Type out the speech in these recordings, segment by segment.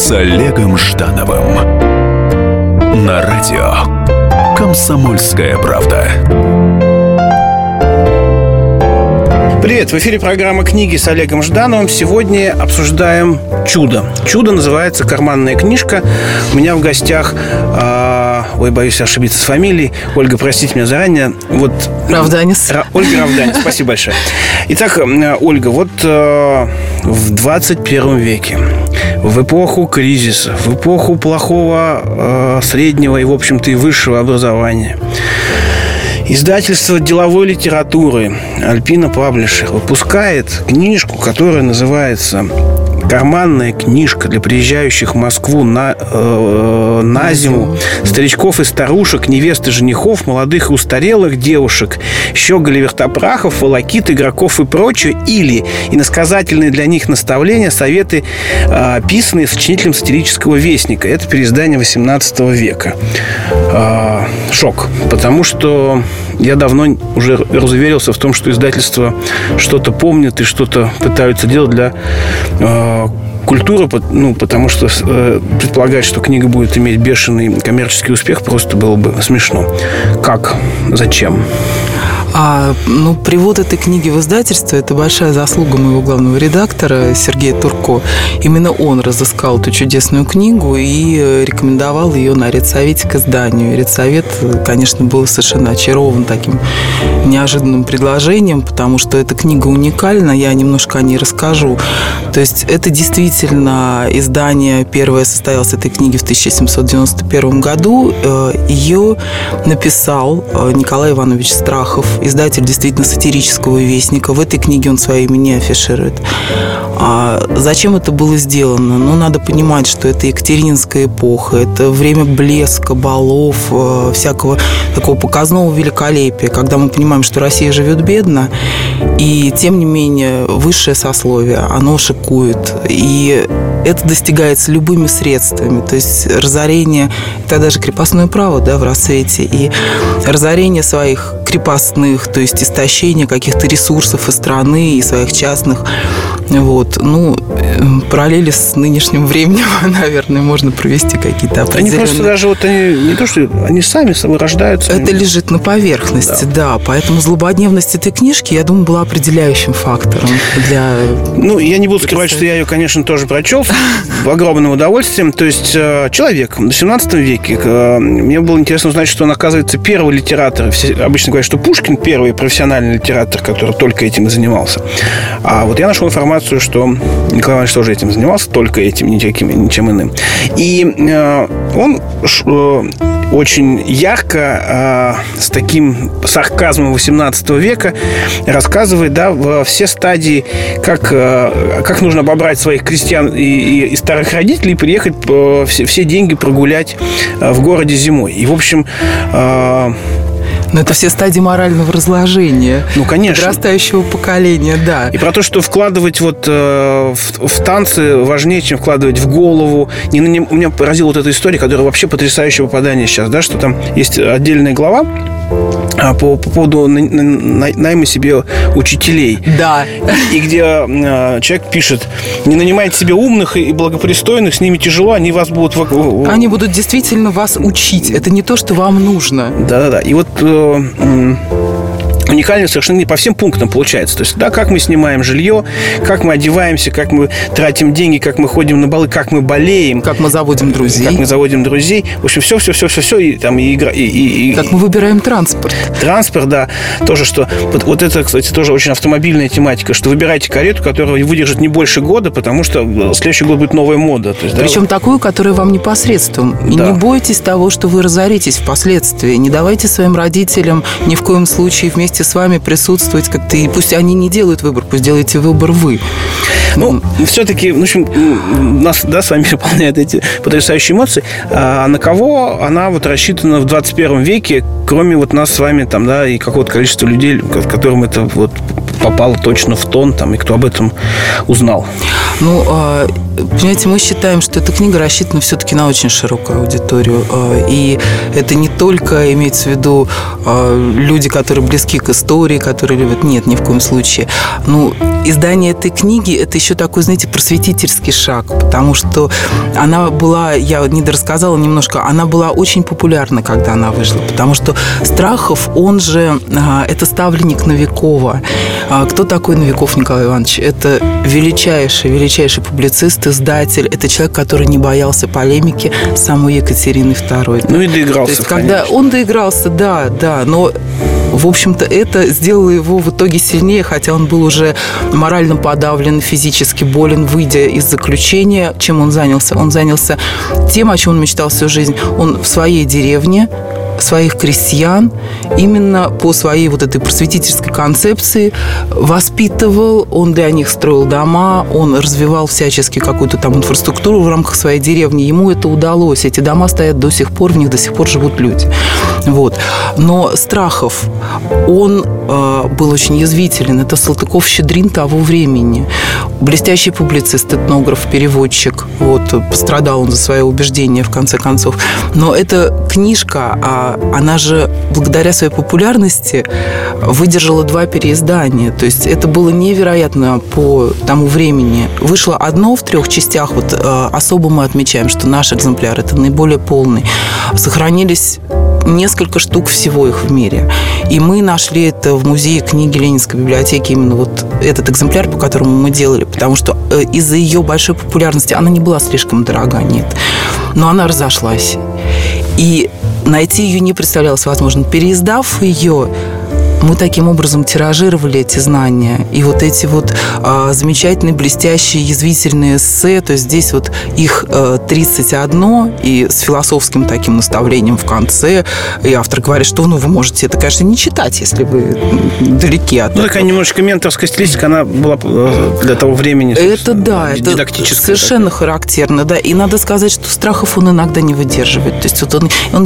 с Олегом Ждановым на радио «Комсомольская правда». Привет, в эфире программа «Книги» с Олегом Ждановым. Сегодня обсуждаем чудо. Чудо называется «Карманная книжка». У меня в гостях, боюсь ошибиться с фамилией. Ольга, простите меня заранее. Равданис. Ольга Равданис, спасибо большое. Итак, Ольга, в 21 веке, в эпоху кризиса, в эпоху плохого среднего и, в общем-то, и высшего образования, издательство деловой литературы Альпина Паблишер выпускает книжку, которая называется «Карманная книжка для приезжающих в Москву на зиму, старичков и старушек, невест и женихов, молодых и устарелых девушек, щеголей, вертопрахов, волокит, игроков и прочее, или иносказательные для них наставления, советы, писанные сочинителем сатирического вестника». Это переиздание 18 века. Шок, потому что я давно уже разуверился в том, что издательства что-то помнят и что-то пытаются делать для культуры, потому что предполагать, что книга будет иметь бешеный коммерческий успех, просто было бы смешно. Как? Зачем? Привод этой книги в издательство – это большая заслуга моего главного редактора Сергея Турко. Именно он разыскал эту чудесную книгу и рекомендовал ее на редсовете к изданию. И редсовет, конечно, был совершенно очарован таким неожиданным предложением, потому что эта книга уникальна, я немножко о ней расскажу. То есть это действительно издание первое состоялось этой книги в 1791 году. Ее написал Николай Иванович Страхов, издатель действительно сатирического вестника. В этой книге он свое имя не афиширует. Зачем это было сделано? Надо понимать, что это екатерининская эпоха, это время блеска, балов, всякого такого показного великолепия, когда мы понимаем, что Россия живет бедно, и тем не менее высшее сословие, оно шикует. И это достигается любыми средствами. То есть разорение, это даже крепостное право, в расцвете, и разорение своих крепостных, то есть истощение каких-то ресурсов и страны, и своих частных. Параллели с нынешним временем, наверное, можно провести какие-то определенные. Они просто даже не то, что они сами собой рождаются. Это лежит на поверхности, да. Поэтому злободневность этой книжки, я думаю, была определяющим фактором для... я не буду скрывать, что я ее, конечно, тоже прочел в огромном удовольствием. То есть человек в 17 веке, мне было интересно узнать, что он, оказывается, первый литератор. Все обычно говорят, что Пушкин первый профессиональный литератор, который только этим и занимался. А вот я нашел информацию, что Николай Иванович тоже этим занимался, только этим, ничем иным. И он очень ярко, с таким сарказмом 18 века рассказывает, во все стадии, как нужно обобрать своих крестьян и старых родителей и приехать все деньги прогулять в городе зимой. И, в общем... Но это все стадии морального разложения. Конечно. Подрастающего поколения, да. И про то, что вкладывать в танцы важнее, чем вкладывать в голову. У меня поразила эта история, которая вообще потрясающее попадание сейчас, что там есть отдельная глава по поводу найма себе учителей. Да. И где человек пишет: не нанимайте себе умных и благопристойных, с ними тяжело, они вас будут... Они будут действительно вас учить. Это не то, что вам нужно. Да-да-да. И уникально совершенно по всем пунктам получается. То есть, как мы снимаем жилье, как мы одеваемся, как мы тратим деньги, как мы ходим на балы, как мы болеем. Как мы заводим друзей. В общем, все. И как мы выбираем транспорт. Транспорт, да. Тоже, что... Вот это, кстати, тоже очень автомобильная тематика, что выбирайте карету, которая выдержит не больше года, потому что следующий год будет новая мода. То есть, причем такую, которая вам непосредством. И не бойтесь того, что вы разоритесь впоследствии. Не давайте своим родителям ни в коем случае вместе с вами присутствовать как-то. И пусть они не делают выбор, пусть делаете выбор вы. Все-таки, в общем, нас, с вами наполняют эти потрясающие эмоции. А на кого она рассчитана в 21 веке, кроме нас с вами, и какого-то количества людей, которым это попало точно в тон, и кто об этом узнал? Ну, понимаете, мы считаем, что эта книга рассчитана все-таки на очень широкую аудиторию. И это не только имеется в виду люди, которые близки к истории, которые любят. Нет, ни в коем случае. Ну, издание этой книги – это еще такой, знаете, просветительский шаг, потому что она была, я недорассказала немножко, она была очень популярна, когда она вышла, потому что Страхов, он же, это ставленник Новикова. Кто такой Новиков Николай Иванович? Это величайший публицист, издатель. Это человек, который не боялся полемики с самой Екатериной II. Ну и доигрался. То есть, когда он доигрался, да, но, в общем-то, это сделало его в итоге сильнее, хотя он был уже морально подавлен, физически болен, выйдя из заключения. Чем он занялся? Он занялся тем, о чем он мечтал всю жизнь. Он в своей деревне своих крестьян именно по своей вот этой просветительской концепции воспитывал, он для них строил дома, он развивал всячески какую-то там инфраструктуру в рамках своей деревни. Ему это удалось. Эти дома стоят до сих пор, в них до сих пор живут люди. Вот. Но Страхов, он был очень язвителен. Это Салтыков-Щедрин того времени. Блестящий публицист, этнограф, переводчик. Вот. Пострадал он за свои убеждения, в конце концов. Но эта книжка, она же благодаря своей популярности выдержала 2 переиздания. То есть это было невероятно по тому времени. Вышло одно в 3 частях. Вот особо мы отмечаем, что наш экземпляр это наиболее полный. Сохранились несколько штук всего их в мире. И мы нашли это в музее книги Ленинской библиотеки, именно вот этот экземпляр, по которому мы делали, потому что из-за ее большой популярности она не была слишком дорога, нет. Но она разошлась. И найти ее не представлялось возможным. Переиздав ее, мы таким образом тиражировали эти знания. И вот эти вот замечательные, блестящие, язвительные эссе, то есть здесь вот их 31, и с философским таким наставлением в конце. И автор говорит, что вы можете это, конечно, не читать, если вы далеки от этого. Такая немножечко менторская стилистика, она была для того времени. Это да, это дидактическая. Совершенно характерно, да. И надо сказать, что Страхов он иногда не выдерживает. То есть вот он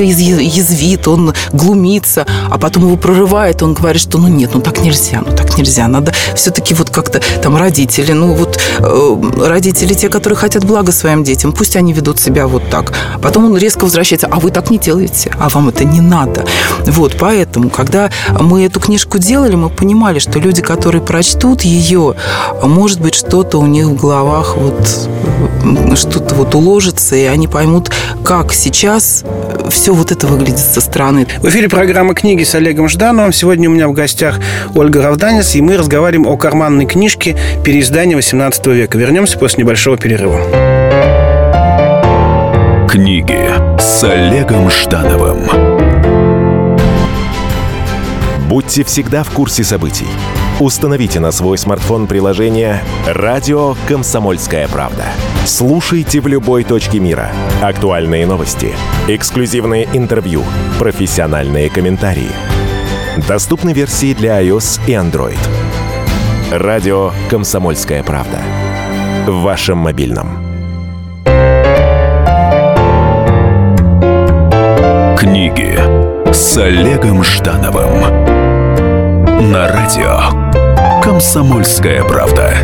язвит, он глумится, а потом его прорывает. Он говорит, что нет, так нельзя. Надо все-таки вот как-то там родители, родители те, которые хотят блага своим детям, пусть они ведут себя вот так. Потом он резко возвращается, а вы так не делаете, а вам это не надо. Вот, поэтому, когда мы эту книжку делали, мы понимали, что люди, которые прочтут ее, может быть, что-то у них в головах что-то уложится, и они поймут, как сейчас все вот это выглядит со стороны. В эфире программа «Книги» с Олегом Ждановым. Сегодня у меня в гостях Ольга Равданец, и мы разговариваем о карманной книжке переиздания XVIII века. Вернемся после небольшого перерыва. Книги с Олегом Ждановым. Будьте всегда в курсе событий. Установите на свой смартфон приложение «Радио Комсомольская правда». Слушайте в любой точке мира. Актуальные новости, эксклюзивные интервью, профессиональные комментарии. Доступны версии для iOS и Android. «Радио Комсомольская правда». В вашем мобильном. Книги с Олегом Ждановым. На радио «Комсомольская правда».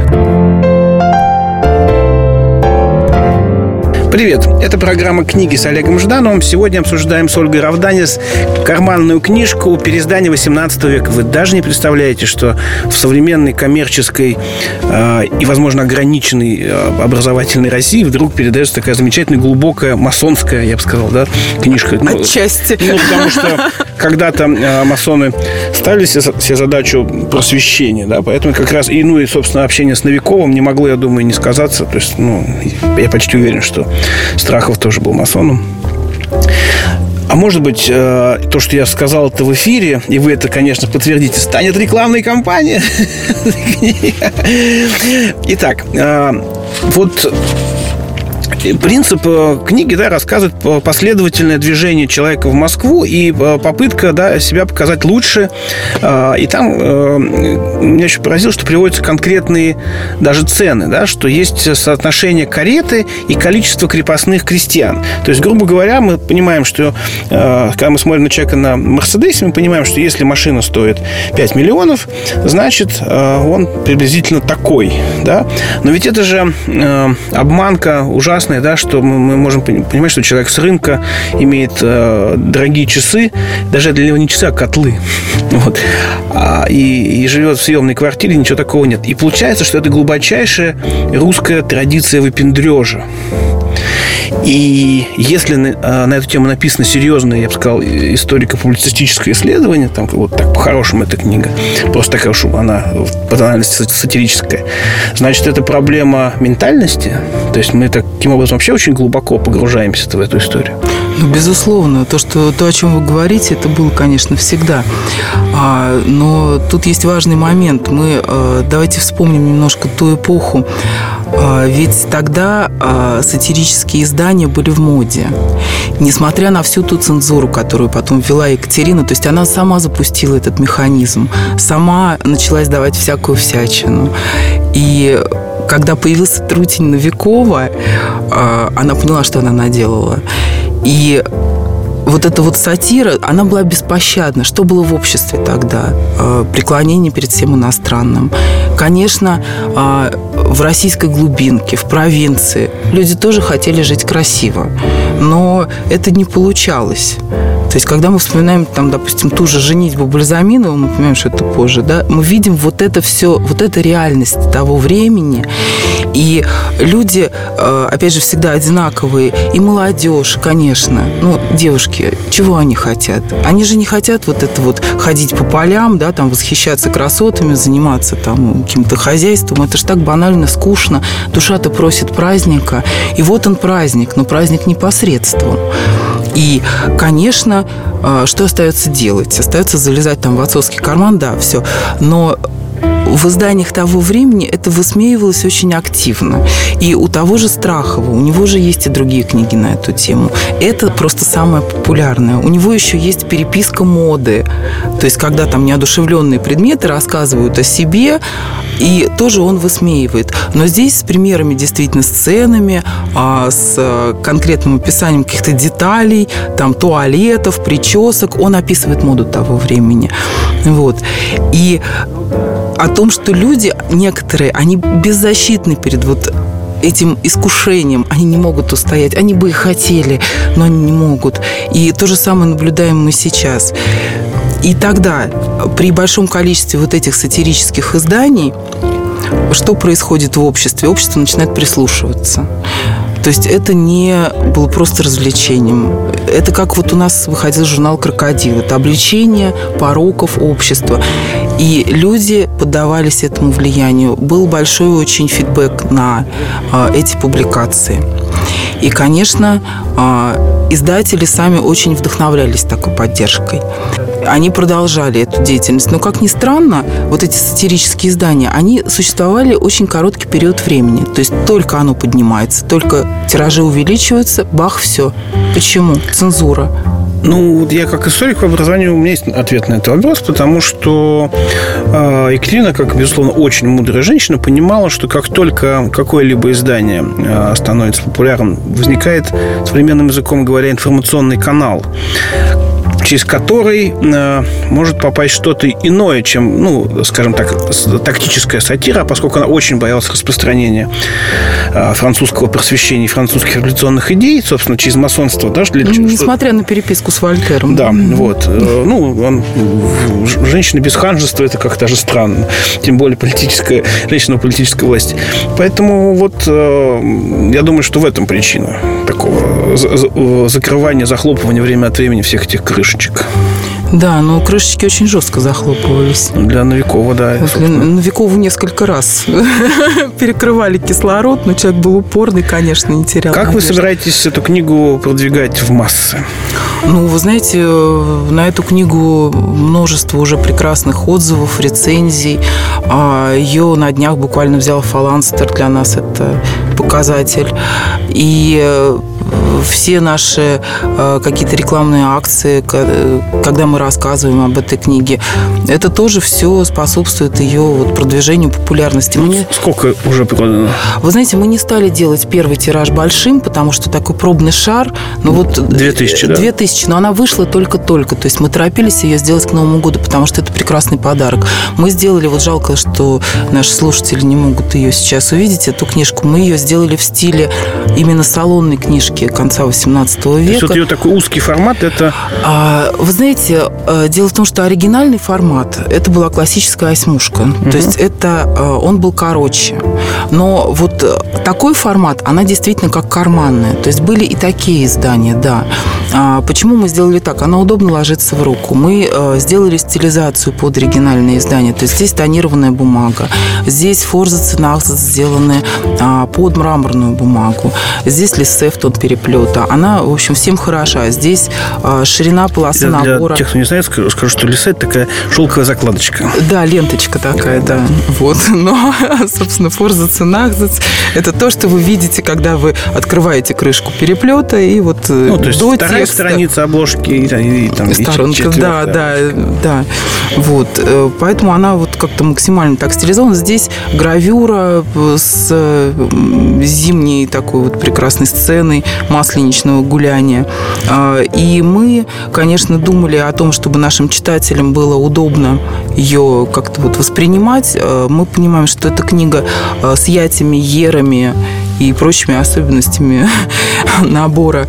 Привет, это программа «Книги» с Олегом Ждановым. Сегодня обсуждаем с Ольгой Равданец карманную книжку переиздания XVIII века. Вы даже не представляете, что в современной коммерческой и, возможно, ограниченной образовательной России вдруг передается такая замечательная, глубокая, масонская, я бы сказал, да, книжка. Отчасти. Потому что когда-то масоны ставили себе задачу просвещения, да, поэтому как раз и, собственно, общение с Новиковым не могло, я думаю, не сказаться. То есть, я почти уверен, что Страхов тоже был масоном. А может быть, то, что я сказал это в эфире, и вы это, конечно, подтвердите, станет рекламной кампанией. Итак, вот принцип книги, да, рассказывает последовательное движение человека в Москву и попытка, да, себя показать лучше. И там меня еще поразило, что приводятся конкретные даже цены, да, что есть соотношение кареты и количество крепостных крестьян. То есть, грубо говоря, мы понимаем, что когда мы смотрим на человека на Мерседесе, мы понимаем, что если машина стоит 5 миллионов, значит, он приблизительно такой, да. Но ведь это же обманка ужасная, да, что мы можем понимать, что человек с рынка имеет дорогие часы, даже для него не часы, а котлы. Вот. И живет в съемной квартире, ничего такого нет. И получается, что это глубочайшая русская традиция выпендрежа. И если на эту тему написано серьезное, я бы сказал, историко-публицистическое исследование, там вот так по-хорошему эта книга, просто такая уж она по тональности сатирическая, значит, это проблема ментальности. То есть мы таким образом вообще очень глубоко погружаемся в эту историю. Ну, безусловно, то, о чем вы говорите, это было, конечно, всегда. Но тут есть важный момент. Давайте вспомним немножко ту эпоху. Ведь тогда сатирические издания были в моде. Несмотря на всю ту цензуру, которую потом ввела Екатерина, то есть она сама запустила этот механизм, сама начала издавать всякую всячину. И когда появился Трутень Новикова, она поняла, что она наделала. И вот эта вот сатира, она была беспощадна. Что было в обществе тогда? Преклонение перед всем иностранным. Конечно, в российской глубинке, в провинции люди тоже хотели жить красиво. Но это не получалось. То есть, когда мы вспоминаем, там, допустим, ту же «Женитьбу Бальзаминова», мы понимаем, что это позже, да, мы видим вот это все, вот эта реальность того времени. И люди, опять же, всегда одинаковые. И молодежь, конечно. Ну, девушки, чего они хотят? Они же не хотят вот это вот ходить по полям, да, там, восхищаться красотами, заниматься там каким-то хозяйством. Это ж так банально, скучно. Душа-то просит праздника. И вот он праздник, но праздник непосредством. И, конечно, что остается делать? Остается залезать там в отцовский карман, да, все. Но в изданиях того времени это высмеивалось очень активно. И у того же Страхова, у него же есть и другие книги на эту тему. Это просто самое популярное. У него еще есть переписка моды. То есть, когда там неодушевленные предметы рассказывают о себе, и тоже он высмеивает. Но здесь с примерами, действительно, сценами, с конкретным описанием каких-то деталей, там, туалетов, причесок. Он описывает моду того времени. Вот. И о том, что люди некоторые, они беззащитны перед вот этим искушением, они не могут устоять. Они бы и хотели, но они не могут. И то же самое наблюдаем мы сейчас. И тогда, при большом количестве вот этих сатирических изданий, что происходит в обществе? Общество начинает прислушиваться. То есть это не было просто развлечением. Это как вот у нас выходил журнал «Крокодил». Это обличение пороков общества. И люди поддавались этому влиянию. Был большой очень фидбэк на эти публикации. И, конечно, издатели сами очень вдохновлялись такой поддержкой. Они продолжали эту деятельность. Но, как ни странно, вот эти сатирические издания, они существовали очень короткий период времени. То есть только оно поднимается, только тиражи увеличиваются, бах, все. Почему? Цензура. Ну, я как историк по образованию, у меня есть ответ на этот вопрос, потому что Екатерина, как, безусловно, очень мудрая женщина, понимала, что как только какое-либо издание становится популярным, возникает, современным языком говоря, информационный канал, через который может попасть что-то иное, чем, ну, скажем так, тактическая сатира, поскольку она очень боялась распространения французского просвещения, французских революционных идей, собственно, через масонство. Да, несмотря на переписку с Вольтером. Да, вот. Ну, женщина без ханжества – это как-то даже странно. Тем более женщина политической власти. Поэтому вот я думаю, что в этом причина такого закрывания, захлопывания время от времени всех этих крышечек. Да, но крышечки очень жестко захлопывались. Для Новикова, да. Новикову несколько раз перекрывали кислород, но человек был упорный, конечно, не терял Как надежды. Вы собираетесь эту книгу продвигать в массы? Ну, вы знаете, на эту книгу множество уже прекрасных отзывов, рецензий. Ее на днях буквально взял Фаланстер, для нас это показатель. И все наши какие-то рекламные акции, когда мы рассказываем об этой книге, это тоже все способствует ее вот продвижению, популярности. Сколько уже продано? Вы знаете, мы не стали делать первый тираж большим, потому что такой пробный шар. 2000, да? 2000, но она вышла только-только. То есть мы торопились ее сделать к Новому году, потому что это прекрасный подарок. Мы сделали, вот жалко, что наши слушатели не могут ее сейчас увидеть, эту книжку. Мы ее сделали в стиле именно салонной книжки конца 18 века. То есть вот ее такой узкий формат, это... Вы знаете, дело в том, что оригинальный формат, это была классическая осьмушка. То есть он был короче. Но вот такой формат, она действительно как карманная. То есть были и такие издания, да. Почему мы сделали так? Она удобно ложится в руку. Мы сделали стилизацию под оригинальное издание. То есть здесь тонированная бумага. Здесь форзац и нахзац сделаны под мраморную бумагу. Здесь лиссе в тон переплета. Она, в общем, всем хороша. Здесь ширина полосы набора. Для тех, кто не знает, скажу, что лиссе – это такая шелковая закладочка. Да, ленточка такая, да. Вот. Но, собственно, форзац и нахзац – это то, что вы видите, когда вы открываете крышку переплета и вот то есть до вторая страница обложки и там сторонка, да. Вот. Поэтому она вот как-то максимально так стилизована. Здесь гравюра с зимней такой вот прекрасной сценой масленичного гуляния. И мы, конечно, думали о том, чтобы нашим читателям было удобно ее как-то вот воспринимать. Мы понимаем, что эта книга с ятями, ерами и прочими особенностями набора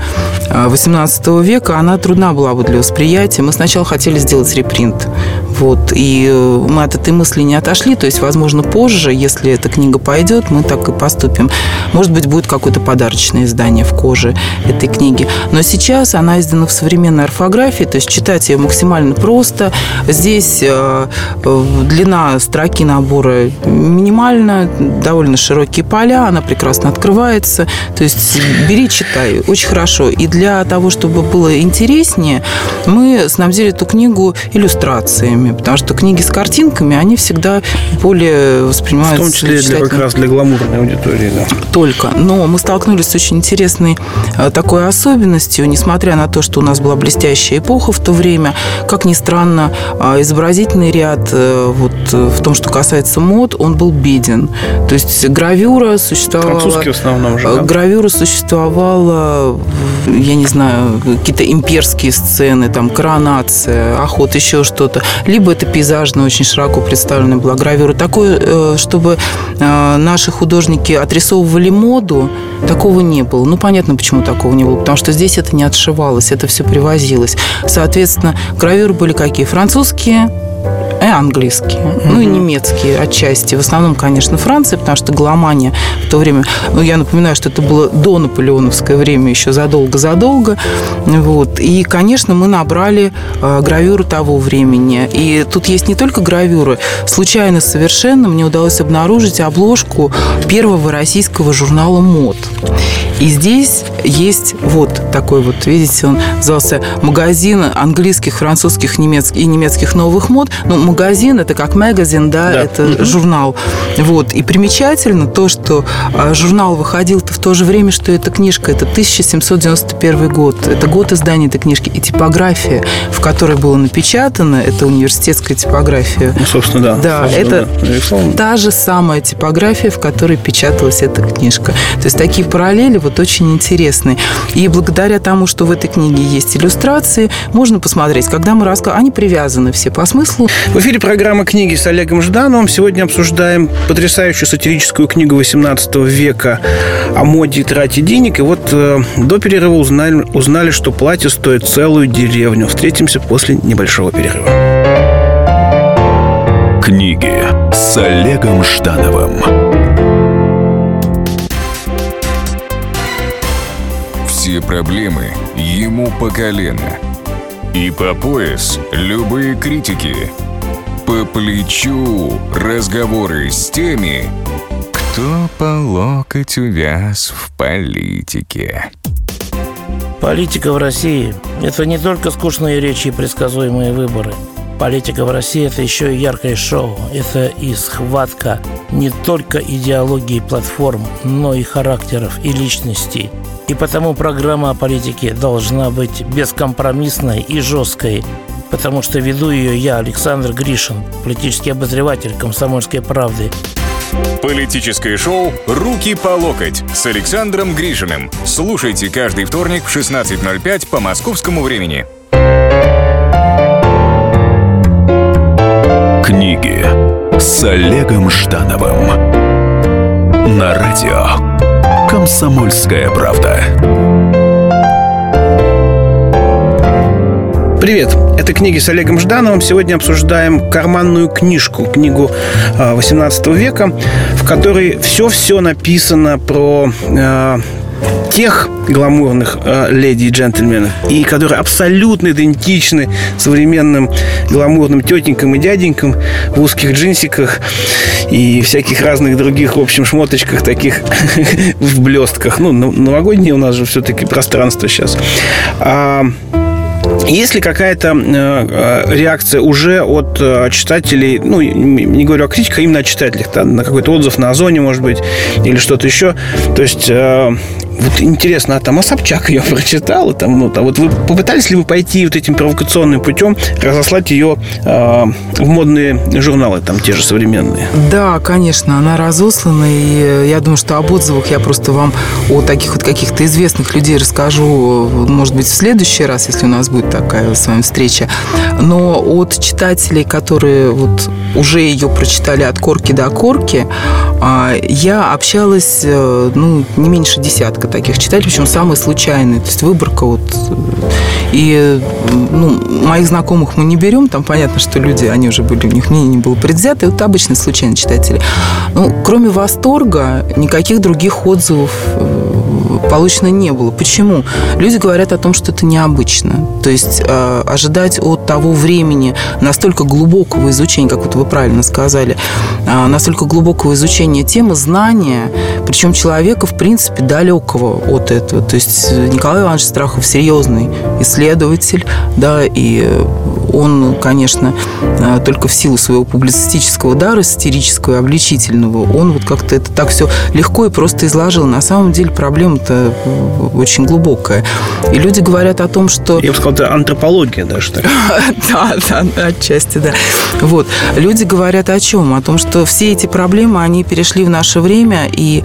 XVIII века, она трудна была бы для восприятия. Мы сначала хотели сделать репринт. Вот. И мы от этой мысли не отошли. То есть, возможно, позже, если эта книга пойдет, мы так и поступим. Может быть, будет какое-то подарочное издание в коже этой книги. Но сейчас она издана в современной орфографии, то есть читать ее максимально просто. Здесь длина строки набора минимальна, довольно широкие поля, она прекрасно открывается. То есть бери, читай. Очень хорошо. И для того, чтобы было интереснее, мы снабдили эту книгу иллюстрациями, потому что книги с картинками, они всегда более воспринимаются... В том числе как раз для гламурной аудитории, да. Только. Но мы столкнулись с очень интересной такой особенностью, несмотря на то, что у нас была блестящая эпоха в то время, как ни странно, изобразительный ряд вот в том, что касается мод, он был беден. То есть гравюра существовала... Французский в основном же, да? Гравюра существовала, я не знаю, какие-то имперские сцены, там, коронация, охота, еще что-то. Либо это пейзажная, очень широко представленная была гравюра. Такое, чтобы наши художники отрисовывали моду, такого не было. Ну, понятно, почему такого не было. Потому что здесь это не отшивалось, это все привозилось. Соответственно, гравюры были какие? Французские и английские, ну и немецкие отчасти. В основном, конечно, Франция, потому что гломания в то время, я напоминаю, что это было до наполеоновское время, еще задолго-задолго. Вот. И, конечно, мы набрали гравюры того времени. И тут есть не только гравюры. Случайно совершенно мне удалось обнаружить обложку первого российского журнала «Мод». И здесь есть вот такой вот, видите, он назывался «Магазин английских, французских, немецких новых мод». Ну, магазин – это как магазин, да. Это журнал. Вот. И примечательно то, что журнал выходил-то в то же время, что эта книжка. Это 1791 год. Это год издания этой книжки. И типография, в которой было напечатано, это университетская типография. Ну, собственно, да. Да, это та же самая типография, в которой печаталась эта книжка. То есть такие параллели вот очень интересные. И благодаря тому, что в этой книге есть иллюстрации, можно посмотреть, когда мы рассказываем, они привязаны все по смыслу. В эфире программа «Книги» с Олегом Ждановым. Сегодня обсуждаем потрясающую сатирическую книгу XVIII века о моде и трате денег. И вот до перерыва узнали, что платье стоит целую деревню. Встретимся после небольшого перерыва. Книги с Олегом Ждановым. Все проблемы ему по колено. И по пояс любые критики. По плечу разговоры с теми, кто по локоть увяз в политике. Политика в России – это не только скучные речи и предсказуемые выборы. Политика в России – это еще и яркое шоу. Это и схватка не только идеологии платформ, но и характеров и личностей. И потому программа о политике должна быть бескомпромиссной и жесткой, потому что веду ее я, Александр Гришин, политический обозреватель «Комсомольской правды». Политическое шоу «Руки по локоть» с Александром Гришиным. Слушайте каждый вторник в 16:05 по московскому времени. Книги с Олегом Ждановым на радио «Комсомольская правда». Привет, это «Книги с Олегом Ждановым». Сегодня обсуждаем карманную книжку, книгу 18 века, в которой все написано про тех гламурных леди и джентльменов, и которые абсолютно идентичны современным гламурным тетенькам и дяденькам в узких джинсиках и всяких разных других, в общем, шмоточках таких в блестках. Ну, новогоднее у нас же все-таки пространство сейчас. Есть ли какая-то реакция уже от читателей, ну, не говорю о критиках, а именно о читателях, на какой-то отзыв на Озоне, может быть, или что-то еще? То есть, вот интересно, а Собчак ее прочитала? Вот вы попытались ли вы пойти вот этим провокационным путем, разослать ее в модные журналы, там, те же современные? Да, конечно, она разослана, и я думаю, что об отзывах я просто вам о таких вот каких-то известных людей расскажу, может быть, в следующий раз, если у нас будет такая с вами встреча. Но от читателей, которые вот уже ее прочитали от корки до корки, я общалась, не меньше десятка таких читателей, причем самые случайные. То есть выборка вот. И моих знакомых мы не берем, там понятно, что люди, они уже были, у них мнение не было предвзято, и вот обычно случайные читатели. Кроме восторга, никаких других отзывов получено не было. Почему? Люди говорят о том, что это необычно. То есть ожидать от того времени настолько глубокого изучения, как вот вы правильно сказали, настолько глубокого изучения темы, знания, причем человека, в принципе, далекого от этого. То есть Николай Иванович Страхов серьезный исследователь, да, и он, конечно, только в силу своего публицистического дара, сатирического и обличительного, он вот как-то это так все легко и просто изложил. На самом деле проблема-то очень глубокая. И люди говорят о том, что... Я бы сказал, это антропология даже. Да, отчасти, да. Вот. Люди говорят о чем? О том, что все эти проблемы, они перешли в наше время, и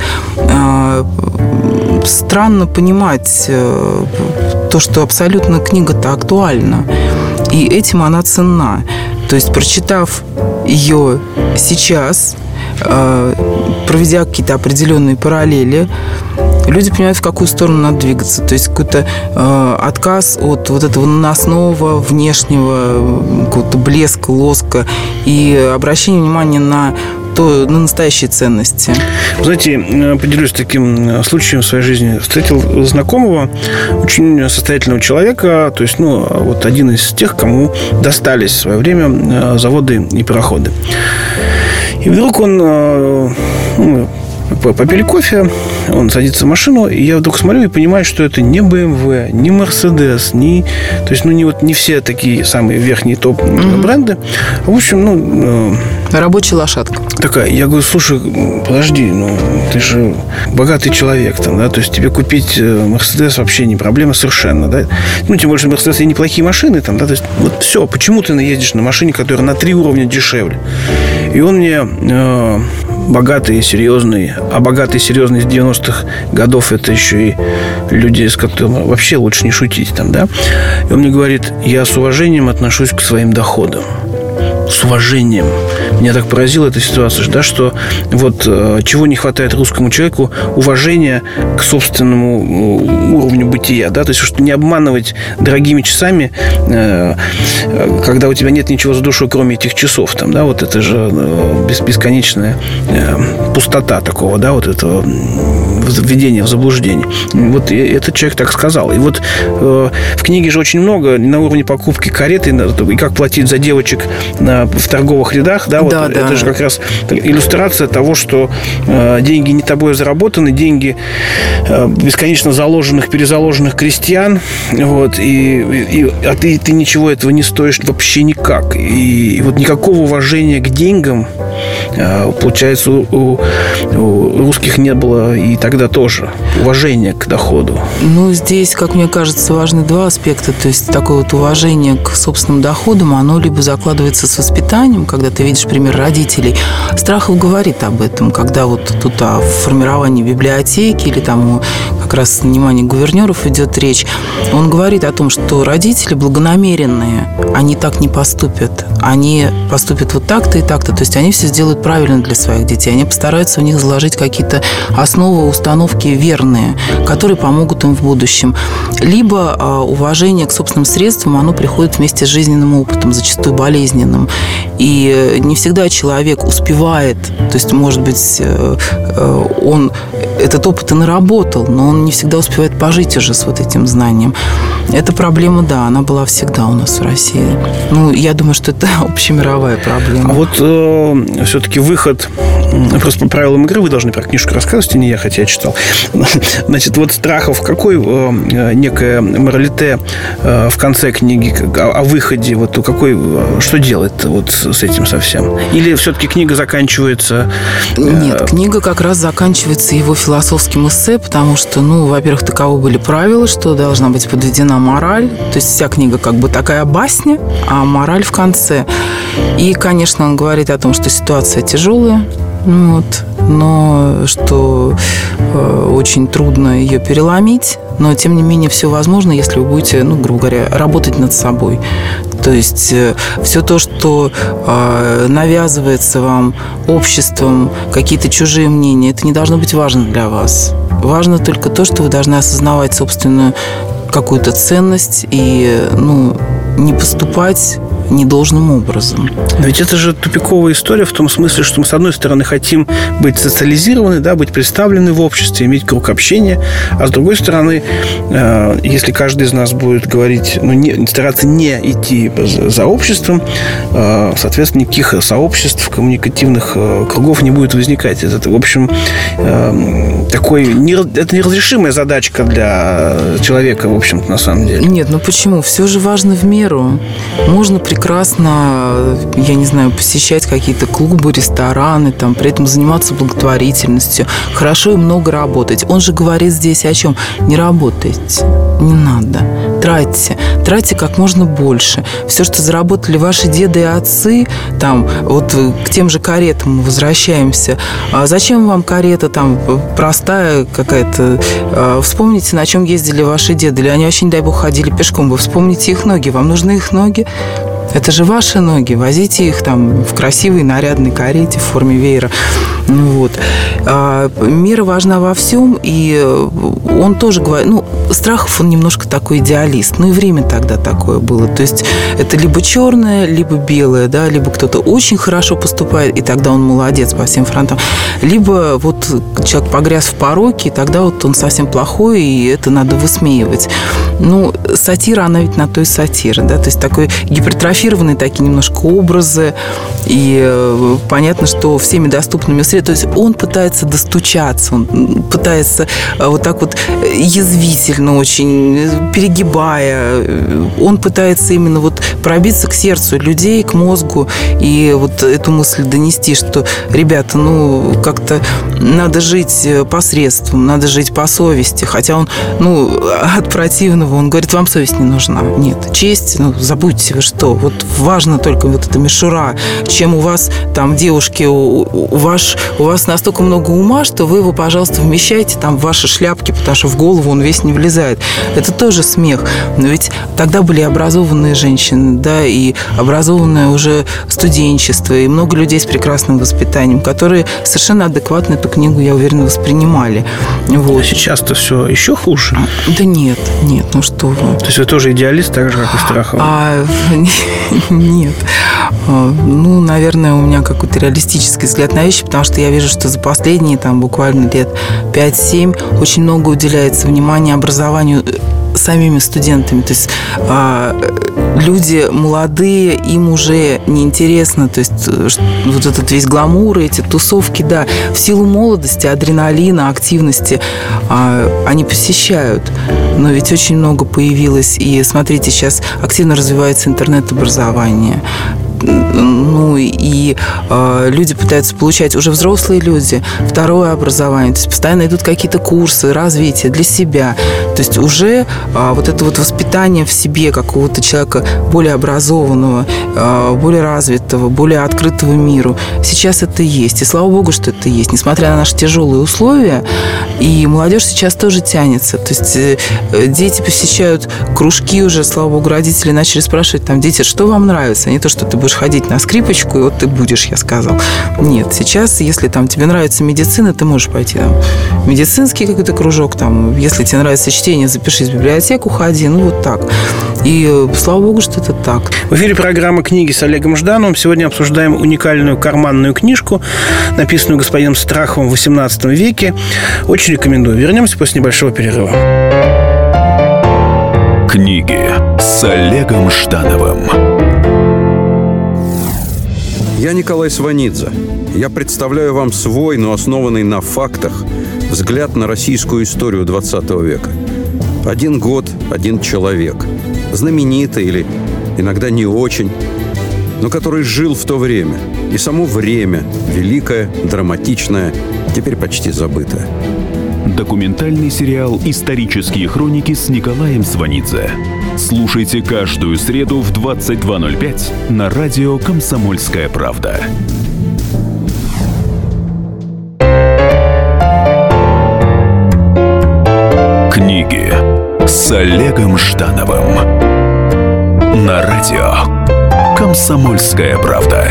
странно понимать то, что абсолютно книга-то актуальна. И этим она ценна. То есть, прочитав ее сейчас, проведя какие-то определенные параллели, люди понимают, в какую сторону надо двигаться. То есть какой-то отказ от вот этого наносного внешнего какого-то блеска, лоска и обращение внимания на настоящие ценности. Знаете, поделюсь таким случаем в своей жизни. Встретил знакомого, очень состоятельного человека, то есть, вот один из тех, кому достались в свое время заводы и пароходы. И вдруг он... попили кофе, он садится в машину, и я вдруг смотрю и понимаю, что это не BMW, не Mercedes, то есть, не все такие самые верхние топ-бренды. В общем, рабочая лошадка. Такая. Я говорю, слушай, подожди, ты же богатый человек, да, то есть тебе купить Mercedes вообще не проблема совершенно, да. Тем более, что Mercedes и неплохие машины, да, то есть, вот все, почему ты наедешь на машине, которая на 3 уровня дешевле? И он мне богатый и серьезный, а богатый и серьезный из 90-х годов это еще и люди, с которыми вообще лучше не шутить там, да. И он мне говорит, я с уважением отношусь к своим доходам. С уважением. Меня так поразила эта ситуация, да, что вот чего не хватает русскому человеку, уважения к собственному уровню бытия, да, то есть что не обманывать дорогими часами, когда у тебя нет ничего за душой, кроме этих часов, там, да, вот это же бесконечное пустота такого, да, вот этого введения в заблуждение. Вот этот человек так сказал. И вот в книге же очень много на уровне покупки кареты и как платить за девочек в торговых рядах, да, вот это же как раз иллюстрация того, что деньги не тобой заработаны, деньги бесконечно заложенных, перезаложенных крестьян, вот, а ты ничего этого не стоишь вообще никак. И вот никакого уважения к деньгам, получается, у русских не было и тогда тоже. Уважение к доходу. Ну, здесь, как мне кажется, важны два аспекта. То есть такое вот уважение к собственным доходам, оно либо закладывается с воспитанием, когда ты видишь пример родителей. Страхов говорит об этом, когда вот тут о формировании библиотеки или там как раз нанимании гувернеров идет речь. Он говорит о том, что родители благонамеренные, они так не поступят. Они поступят вот так-то и так-то. То есть они все сделают правильно для своих детей. Они постараются в них заложить какие-то основы, установки верные, которые помогут им в будущем. Либо уважение к собственным средствам, оно приходит вместе с жизненным опытом, зачастую болезненным. И не всегда человек успевает, то есть, может быть, он этот опыт и наработал, но он не всегда успевает пожить уже с вот этим знанием. Эта проблема, да, она была всегда у нас в России. Ну, я думаю, что это общемировая проблема. А вот все-таки выход, просто по правилам игры вы должны про книжку рассказывать, а не я, хотя я читал. Значит, вот Страхов, какой некое моралите в конце книги о выходе, вот какой, что делает вот с этим совсем? Или все-таки книга заканчивается? Нет, книга как раз заканчивается его философским эссе, потому что, ну, во-первых, таковы были правила, что должна быть подведена мораль, то есть вся книга как бы такая басня, а мораль в конце. И, конечно, он говорит о том, что ситуация тяжелая, вот, но что очень трудно ее переломить, но, тем не менее, все возможно, если вы будете, ну, грубо говоря, работать над собой. То есть все то, что навязывается вам обществом, какие-то чужие мнения, это не должно быть важно для вас. Важно только то, что вы должны осознавать собственную какую-то ценность и, ну, не поступать недолжным образом. Но ведь это же тупиковая история в том смысле, что мы, с одной стороны, хотим быть социализированы, да, быть представлены в обществе, иметь круг общения, а с другой стороны, если каждый из нас будет говорить, ну, стараться не идти за обществом, соответственно, никаких сообществ, коммуникативных кругов не будет возникать. Это, в общем, это неразрешимая задачка для человека, в общем-то, на самом деле. Нет, ну почему? Все же важно в меру. Можно прекрасно, я не знаю, посещать какие-то клубы, рестораны, там, при этом заниматься благотворительностью, хорошо и много работать. Он же говорит здесь о чем? Не работайте, не надо. Тратьте как можно больше. Все, что заработали ваши деды и отцы, там, вот к тем же каретам мы возвращаемся. А зачем вам карета там простая какая-то? Вспомните, на чем ездили ваши деды. Или они вообще, не дай бог, ходили пешком. Вы вспомните их ноги. Вам нужны их ноги? Это же ваши ноги. Возите их там в красивой нарядной карете в форме веера. Вот. Мера важна во всем, и он тоже говорит, ну, Страхов, он немножко такой идеалист, ну и время тогда такое было, то есть это либо черное, либо белое, да, либо кто-то очень хорошо поступает, и тогда он молодец по всем фронтам, либо вот человек погряз в пороке, и тогда вот он совсем плохой, и это надо высмеивать. Ну, сатира, она ведь на то и сатира, да, то есть такой гипертрофированные такие немножко образы, и понятно, что всеми доступными средствами, то есть он пытается достучаться, он пытается вот так вот язвительно очень, перегибая, он пытается именно вот пробиться к сердцу людей, к мозгу, и вот эту мысль донести, что, ребята, ну, как-то надо жить посредством, надо жить по совести, хотя он, ну, от противного, он говорит, вам совесть не нужна. Нет, честь, ну, забудьте вы что, вот важно только вот эта мишура, чем у вас там, девушки, у вас настолько много ума, что вы его, пожалуйста, вмещайте там в ваши шляпки, потому что в голову он весь не влезает. Это тоже смех. Но ведь тогда были образованные женщины, да, и образованное уже студенчество, и много людей с прекрасным воспитанием, которые совершенно адекватно эту книгу, я уверена, воспринимали. Вот. А сейчас-то все еще хуже? Да нет, ну что вы. То есть вы тоже идеалист, так же, как и Страхов? Нет. Ну, наверное, у меня какой-то реалистический взгляд на вещи, потому что я вижу, что за последние там буквально лет 5-7 очень много уделяется внимания образованию самими студентами. То есть люди молодые, им уже неинтересно, то есть вот этот весь гламур, эти тусовки, да, в силу молодости, адреналина, активности они посещают. Но ведь очень много появилось, и смотрите, сейчас активно развивается интернет-образование. Ну и люди пытаются получать, уже взрослые люди, второе образование, то есть постоянно идут какие-то курсы развития для себя, то есть уже вот это вот воспитание в себе какого-то человека более образованного, более развитого, более открытого миру, сейчас это есть, и слава богу, что это есть, несмотря на наши тяжелые условия, и молодежь сейчас тоже тянется, то есть дети посещают кружки уже, слава богу, родители начали спрашивать, там, дети, что вам нравится, не то, что ты будешь ходить на скрипочку, и вот ты будешь, я сказал. Нет, сейчас, если там тебе нравится медицина, ты можешь пойти там, в медицинский какой-то кружок, там, если тебе нравится чтение, запишись в библиотеку, ходи, ну вот так. И слава богу, что это так. В эфире программа «Книги» с Олегом Ждановым. Сегодня обсуждаем уникальную карманную книжку, написанную господином Страховым в XVIII веке. Очень рекомендую. Вернемся после небольшого перерыва. Книги с Олегом Ждановым. Я Николай Сванидзе. Я представляю вам свой, но основанный на фактах, взгляд на российскую историю XX века. 1 год, 1 человек. Знаменитый или иногда не очень, но который жил в то время. И само время, великое, драматичное, теперь почти забытое. Документальный сериал «Исторические хроники» с Николаем Сванидзе. Слушайте каждую среду в 22:05 на радио «Комсомольская правда». Книги с Олегом Ждановым на радио «Комсомольская правда».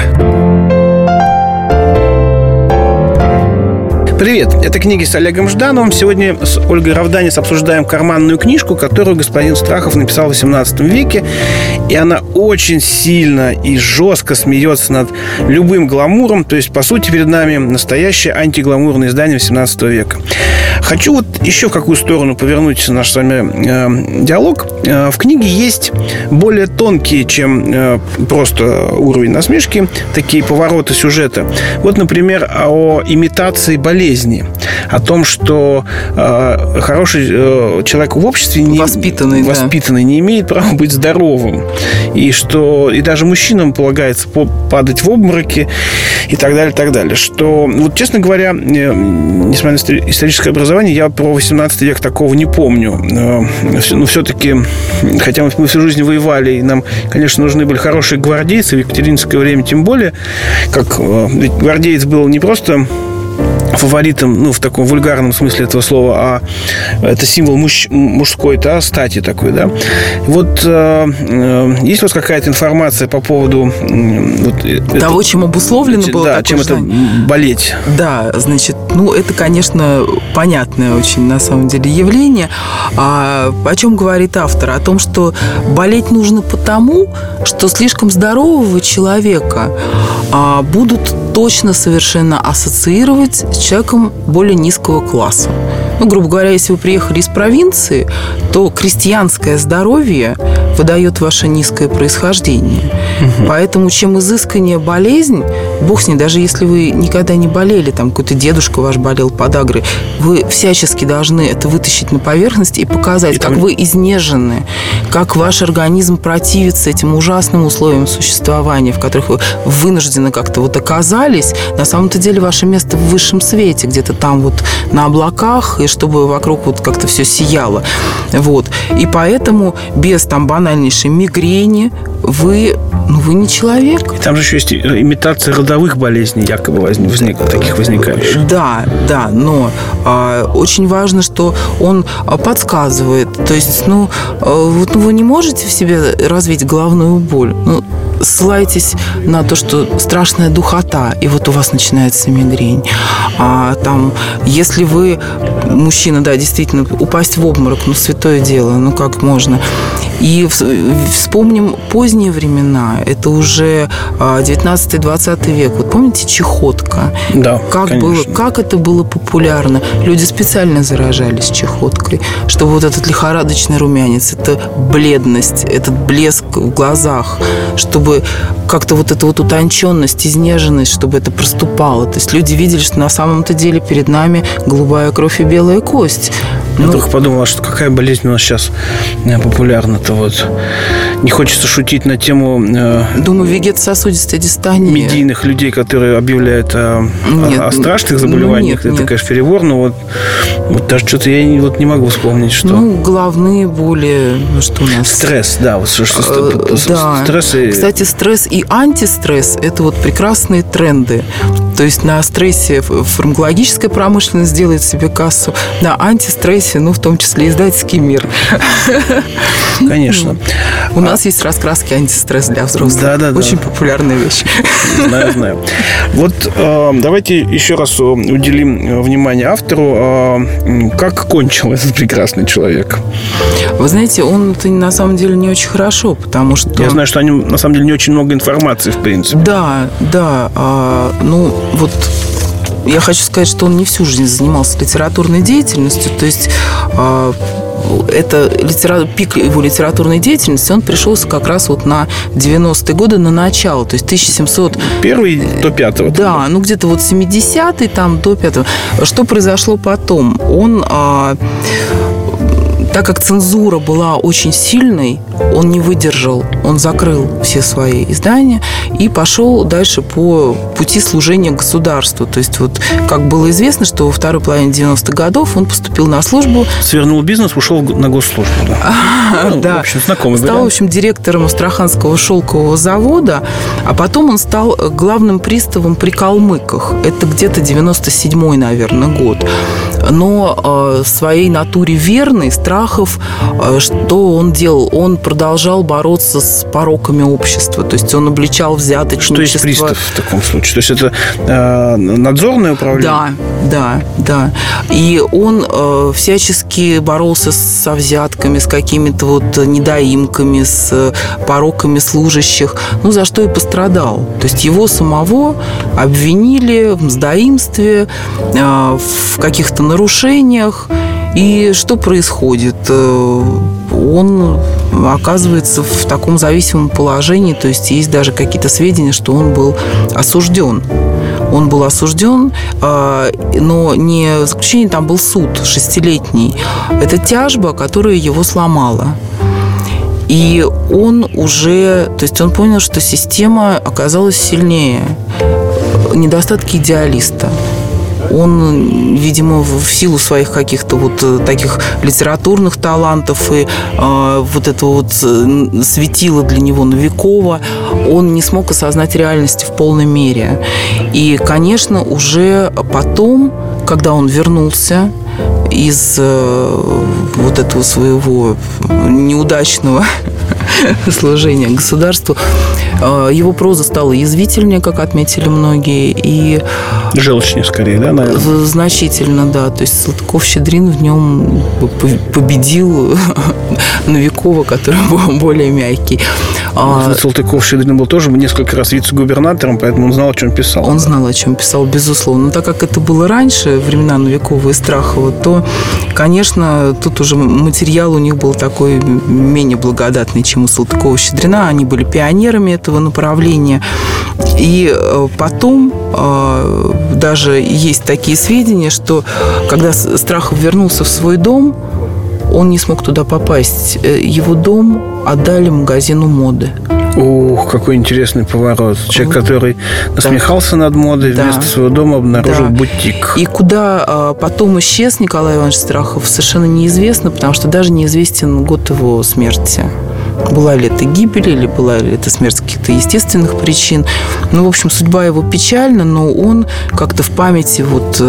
Привет, это «Книги с Олегом Ждановым». Сегодня с Ольгой Равданец обсуждаем карманную книжку, которую господин Страхов написал в XVIII веке. И она очень сильно и жестко смеется над любым гламуром. То есть, по сути, перед нами настоящее антигламурное издание XVIII века. Хочу вот еще в какую сторону повернуть наш с вами диалог. В книге есть более тонкие, чем просто уровень насмешки, такие повороты сюжета. Вот, например, о имитации болезни. О том, что хороший человек в обществе воспитанный не имеет права быть здоровым. И что и даже мужчинам полагается падать в обмороки и так далее, так далее. Что, вот, честно говоря, несмотря на историческое образование, я про 18 век такого не помню. Но все-таки, хотя мы всю жизнь воевали, и нам, конечно, нужны были хорошие гвардейцы, в екатерининское время тем более, ведь гвардеец был не просто фаворитом, ну, в таком вульгарном смысле этого слова, а это символ мужской, да, стати такой, да. Вот есть у вас какая-то информация по поводу того, чем обусловлено было да, такое чем желание? Это болеть? Да, значит, ну, это, конечно, понятное очень, на самом деле, явление. О чем говорит автор? О том, что болеть нужно потому, что слишком здорового человека будут точно совершенно ассоциировать с человеком более низкого класса. Ну, грубо говоря, если вы приехали из провинции, то крестьянское здоровье выдает ваше низкое происхождение. Угу. Поэтому чем изысканнее болезнь, бог с ней, даже если вы никогда не болели, там какой-то дедушка ваш болел подагрой, вы всячески должны это вытащить на поверхность и показать, как вы изнежены, как ваш организм противится этим ужасным условиям существования, в которых вы вынуждены как-то вот оказались. На самом-то деле ваше место в высшем свете, где-то там вот на облаках, и чтобы вокруг вот как-то все сияло. Вот. И поэтому без там банальнейшей мигрени вы не человек. И там же еще есть имитация родовых болезней, якобы возникающих. Да, но очень важно, что он подсказывает. То есть, вы не можете в себе развить головную боль. Ссылайтесь на то, что страшная духота, и вот у вас начинается мигрень. Если вы мужчина, да, действительно, упасть в обморок, святое дело, как можно. И вспомним поздние времена, это уже 19-20 век. Вот помните чехотка? Да, как это было популярно. Люди специально заражались чехоткой, чтобы вот этот лихорадочный румянец, эта бледность, этот блеск в глазах, чтобы как-то вот эта вот утонченность, изнеженность, чтобы это проступало. То есть люди видели, что на самом-то деле перед нами голубая кровь и белая кость. Я только подумала, что какая болезнь у нас сейчас популярна-то вот. Не хочется шутить на тему... Думаю, вегетососудистая дистания. Медийных людей, которые объявляют о страшных заболеваниях. Нет. Это, конечно, перебор, но вот даже что-то я не могу вспомнить, что... Головные боли, что у нас? Стресс, да. Да. Стресс и... Кстати, стресс и антистресс – это вот прекрасные тренды. То есть на стрессе фармакологическая промышленность делает себе кассу, на антистрессе, в том числе издательский мир. Конечно. У нас есть раскраски антистресс для взрослых. Да. Очень популярная вещь. Знаю. Вот давайте еще раз уделим внимание автору. Как кончил этот прекрасный человек? Вы знаете, он-то на самом деле не очень хорошо, потому что... Я знаю, что о нем на самом деле не очень много информации, в принципе. Да. Я хочу сказать, что он не всю жизнь занимался литературной деятельностью, то есть пик его литературной деятельности, он пришелся как раз вот на 90-е годы, на начало, то есть 1700... Первый до пятого. Да, где-то вот 70-й там до пятого. Что произошло потом? Он... Так как цензура была очень сильной, он не выдержал, он закрыл все свои издания и пошел дальше по пути служения государству. То есть, вот как было известно, что во второй половине 90-х годов он поступил на службу. Свернул бизнес, ушел на госслужбу. Да. В общем, знакомый стал, в общем, директором Астраханского шелкового завода, а потом он стал главным приставом при калмыках. Это где-то 97-й, наверное, год. Но своей натуре верный, Страхов, что он делал? Он продолжал бороться с пороками общества. То есть он обличал взяточничество. Что есть пристав в таком случае? То есть это надзорное управление? Да. И он всячески боролся со взятками, с какими-то вот недоимками, с пороками служащих, за что и пострадал. То есть его самого обвинили в мздоимстве, в каких-то нарушениях. И что происходит? Он оказывается в таком зависимом положении, то есть есть даже какие-то сведения, что он был осужден. Он был осужден, но не заключение, там был суд 6-летний. Это тяжба, которая его сломала. И он уже, то есть он понял, что система оказалась сильнее. Недостатки идеалиста. Он, видимо, в силу своих каких-то вот таких литературных талантов и вот этого вот светила для него Новикова, он не смог осознать реальности в полной мере. И, конечно, уже потом, когда он вернулся из вот этого своего неудачного служения государству, его проза стала язвительнее, как отметили многие, и желчнее, скорее, да, наверное? Значительно, да. То есть Салтыков-Щедрин в нем победил Новикова, который был более мягкий. Салтыков-Щедрин был тоже несколько раз вице-губернатором, поэтому он знал, о чем писал. Он знал, о чем писал, безусловно. Но так как это было раньше, времена Новикова и Страхова, то, конечно, тут уже материал у них был такой менее благодатный, чем у Салтыкова-Щедрина. Они были пионерами этого направления. И потом даже есть такие сведения, что когда Страхов вернулся в свой дом, он не смог туда попасть. Его дом отдали магазину моды. Ух, какой интересный поворот. Человек, который насмехался над модой, вместо своего дома обнаружил бутик. И куда потом исчез Николай Иванович Страхов, совершенно неизвестно, потому что даже неизвестен год его смерти. была ли это гибель, или была ли это смерть каких-то естественных причин. Ну, в общем, судьба его печальна, но он как-то в памяти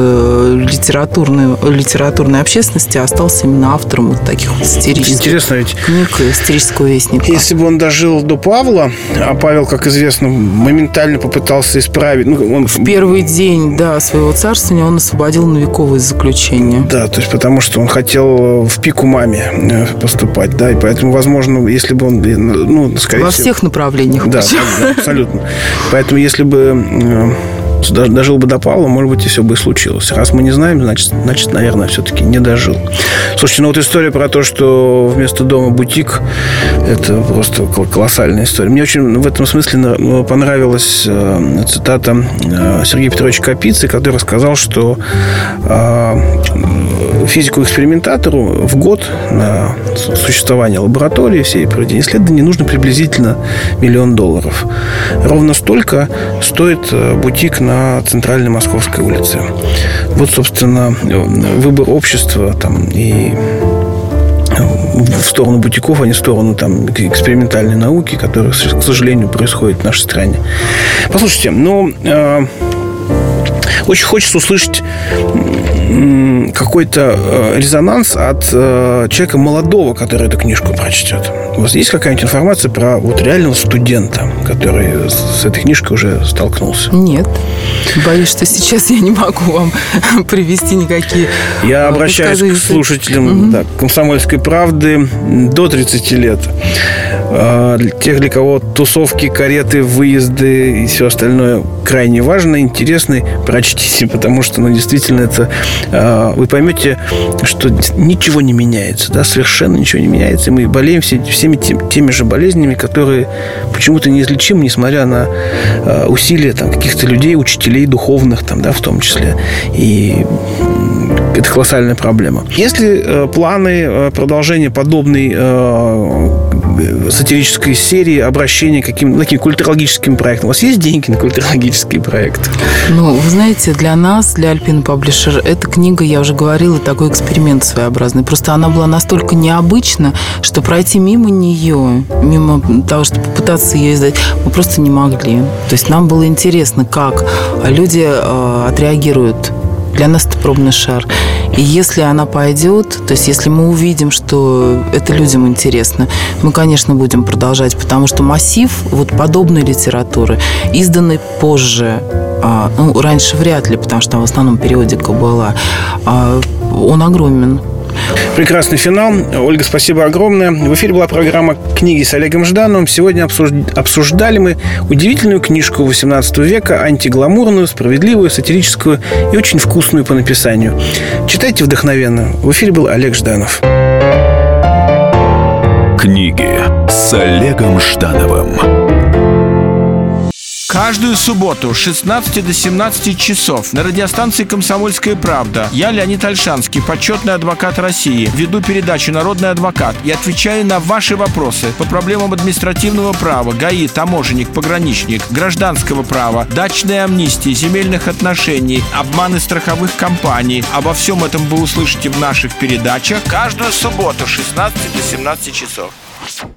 литературной общественности остался именно автором вот таких вот Интересно, ведь книг исторического вестника. Если бы он дожил до Павла, а Павел, как известно, моментально попытался исправить... В первый день, своего царствования он освободил Новикова из заключения. Да, то есть потому что он хотел в пику маме поступать, и поэтому, возможно, если бы он... скорее Во всего, всех направлениях. Да, абсолютно. Поэтому, если бы дожил бы до Павла, может быть, и все бы и случилось. Раз мы не знаем, значит, наверное, все-таки не дожил. Слушайте, вот история про то, что вместо дома бутик, это просто колоссальная история. Мне очень в этом смысле понравилась цитата Сергея Петровича Капицы, который сказал, что физику-экспериментатору в год на существование лаборатории, всей проведения исследований нужно приблизительно $1 миллион. Ровно столько стоит бутик на центральной Московской улице. Вот, собственно, выбор общества и в сторону бутиков, а не в сторону экспериментальной науки, которая, к сожалению, происходит в нашей стране. Послушайте, очень хочется услышать какой-то резонанс от человека молодого, который эту книжку прочтет. У вас есть какая-нибудь информация про реального студента, который с этой книжкой уже столкнулся? Нет. Боюсь, что сейчас я не могу вам привести никакие... Я обращаюсь к слушателям «Комсомольской правды» до 30 лет. Тех, для кого тусовки, кареты, выезды и все остальное крайне важно, интересно, прочтите, потому что, действительно, это вы поймете, что ничего не меняется, совершенно ничего не меняется, и мы болеем всеми теми же болезнями, которые почему-то неизлечимы, несмотря на усилия каких-то людей, учителей духовных, в том числе. И это колоссальная проблема. Есть ли планы продолжения подобной сатирической серии обращения к таким культурологическим проектам? У вас есть деньги на культурологические проекты? Вы знаете, для нас, для Alpina Publisher, эта книга, я уже говорила, такой эксперимент своеобразный. Просто она была настолько необычна, что пройти мимо нее, мимо того, чтобы попытаться ее издать, мы просто не могли. То есть нам было интересно, как люди отреагируют. Для нас это пробный шар. И если она пойдет, то есть если мы увидим, что это людям интересно, мы, конечно, будем продолжать, потому что массив подобной литературы, изданной позже, раньше вряд ли, потому что там в основном периодика была, он огромен. Прекрасный финал. Ольга, спасибо огромное. В эфире была программа «Книги» с Олегом Ждановым. Сегодня обсуждали мы удивительную книжку XVIII века, антигламурную, справедливую, сатирическую и очень вкусную по написанию. Читайте вдохновенно. В эфире был Олег Жданов. Книги с Олегом Ждановым. Каждую субботу с 16 до 17 часов на радиостанции «Комсомольская правда» я, Леонид Ольшанский, почетный адвокат России, веду передачу «Народный адвокат» и отвечаю на ваши вопросы по проблемам административного права, ГАИ, таможенник, пограничник, гражданского права, дачной амнистии, земельных отношений, обманы страховых компаний. Обо всем этом вы услышите в наших передачах каждую субботу с 16 до 17 часов.